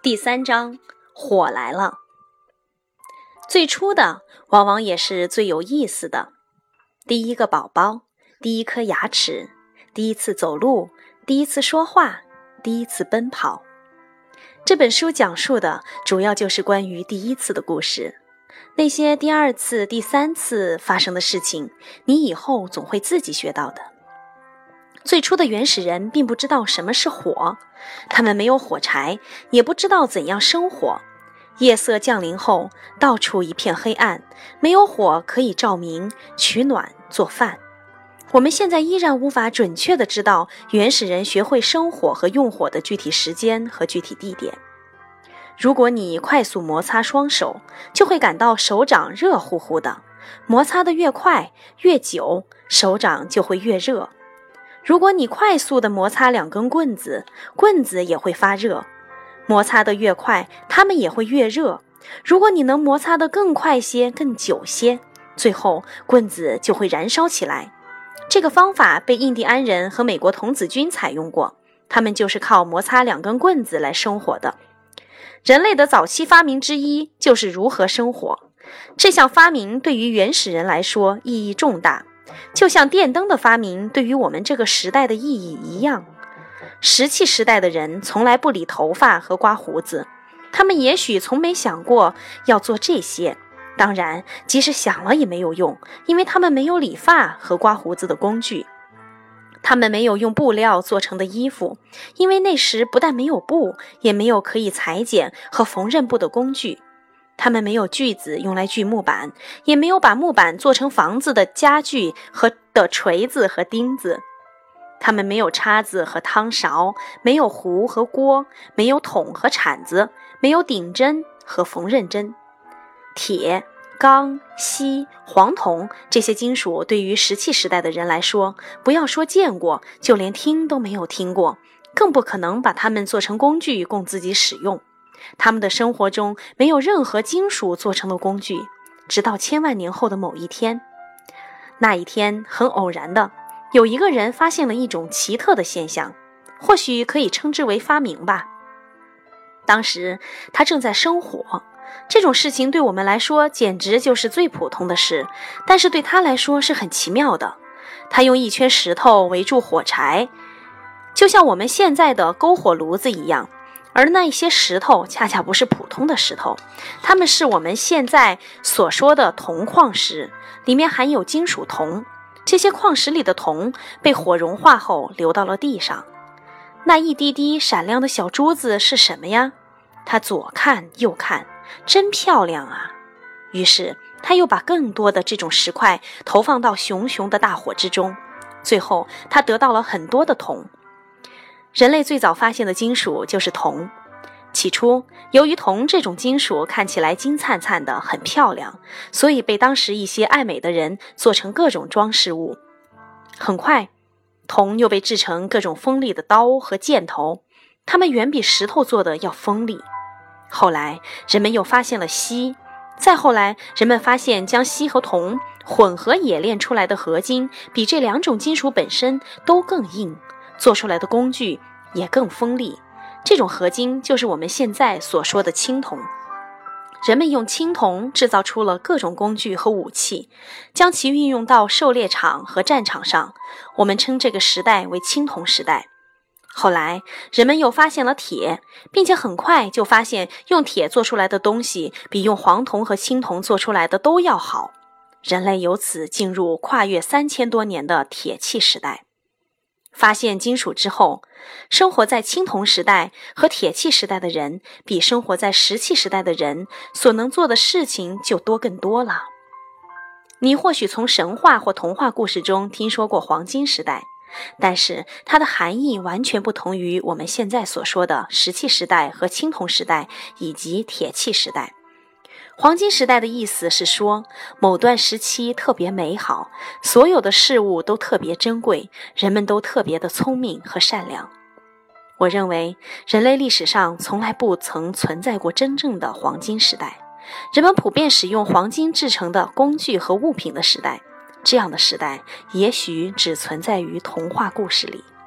第3章，火来了。最初的往往也是最有意思的，第一个宝宝，第一颗牙齿，第一次走路，第一次说话，第一次奔跑。这本书讲述的主要就是关于第一次的故事，那些第2次、第3次发生的事情，你以后总会自己学到的。最初的原始人并不知道什么是火，他们没有火柴，也不知道怎样生火。夜色降临后，到处一片黑暗，没有火可以照明、取暖、做饭。我们现在依然无法准确地知道原始人学会生火和用火的具体时间和具体地点。如果你快速摩擦双手，就会感到手掌热乎乎的，摩擦得越快越久，手掌就会越热。如果你快速地摩擦2根棍子，棍子也会发热，摩擦得越快，它们也会越热。如果你能摩擦得更快些、更久些，最后棍子就会燃烧起来。这个方法被印第安人和美国童子军采用过，他们就是靠摩擦2根棍子来生火的。人类的早期发明之一就是如何生火，这项发明对于原始人来说意义重大，就像电灯的发明对于我们这个时代的意义一样。石器时代的人从来不理头发和刮胡子，他们也许从没想过要做这些，当然即使想了也没有用，因为他们没有理发和刮胡子的工具。他们没有用布料做成的衣服，因为那时不但没有布，也没有可以裁剪和缝纫布的工具。他们没有锯子用来锯木板，也没有把木板做成房子的家具和的锤子和钉子。他们没有叉子和汤勺，没有壶和锅，没有桶和铲子，没有顶针和缝纫针。铁、钢、锡、黄铜这些金属对于石器时代的人来说，不要说见过，就连听都没有听过，更不可能把它们做成工具供自己使用。他们的生活中没有任何金属做成的工具，直到千万年后的某一天。那一天很偶然的，有一个人发现了一种奇特的现象，或许可以称之为发明吧。当时他正在生火，这种事情对我们来说简直就是最普通的事，但是对他来说是很奇妙的。他用一圈石头围住火柴，就像我们现在的篝火炉子一样，而那一些石头恰恰不是普通的石头，它们是我们现在所说的铜矿石，里面含有金属铜。这些矿石里的铜被火融化后流到了地上。那一滴滴闪亮的小珠子是什么呀？他左看右看，真漂亮啊！于是他又把更多的这种石块投放到熊熊的大火之中，最后他得到了很多的铜。人类最早发现的金属就是铜。起初，由于铜这种金属看起来金灿灿的，很漂亮，所以被当时一些爱美的人做成各种装饰物。很快，铜又被制成各种锋利的刀和箭头，它们远比石头做的要锋利。后来，人们又发现了锡，再后来，人们发现将锡和铜混合冶炼出来的合金，比这2种金属本身都更硬，做出来的工具也更锋利。这种合金就是我们现在所说的青铜。人们用青铜制造出了各种工具和武器，将其运用到狩猎场和战场上，我们称这个时代为青铜时代。后来，人们又发现了铁，并且很快就发现用铁做出来的东西比用黄铜和青铜做出来的都要好。人类由此进入跨越3000多年的铁器时代。发现金属之后，生活在青铜时代和铁器时代的人，比生活在石器时代的人所能做的事情就多更多了。你或许从神话或童话故事中听说过黄金时代，但是它的含义完全不同于我们现在所说的石器时代和青铜时代以及铁器时代。黄金时代的意思是说，某段时期特别美好，所有的事物都特别珍贵，人们都特别的聪明和善良。我认为人类历史上从来不曾存在过真正的黄金时代，人们普遍使用黄金制成的工具和物品的时代，这样的时代也许只存在于童话故事里。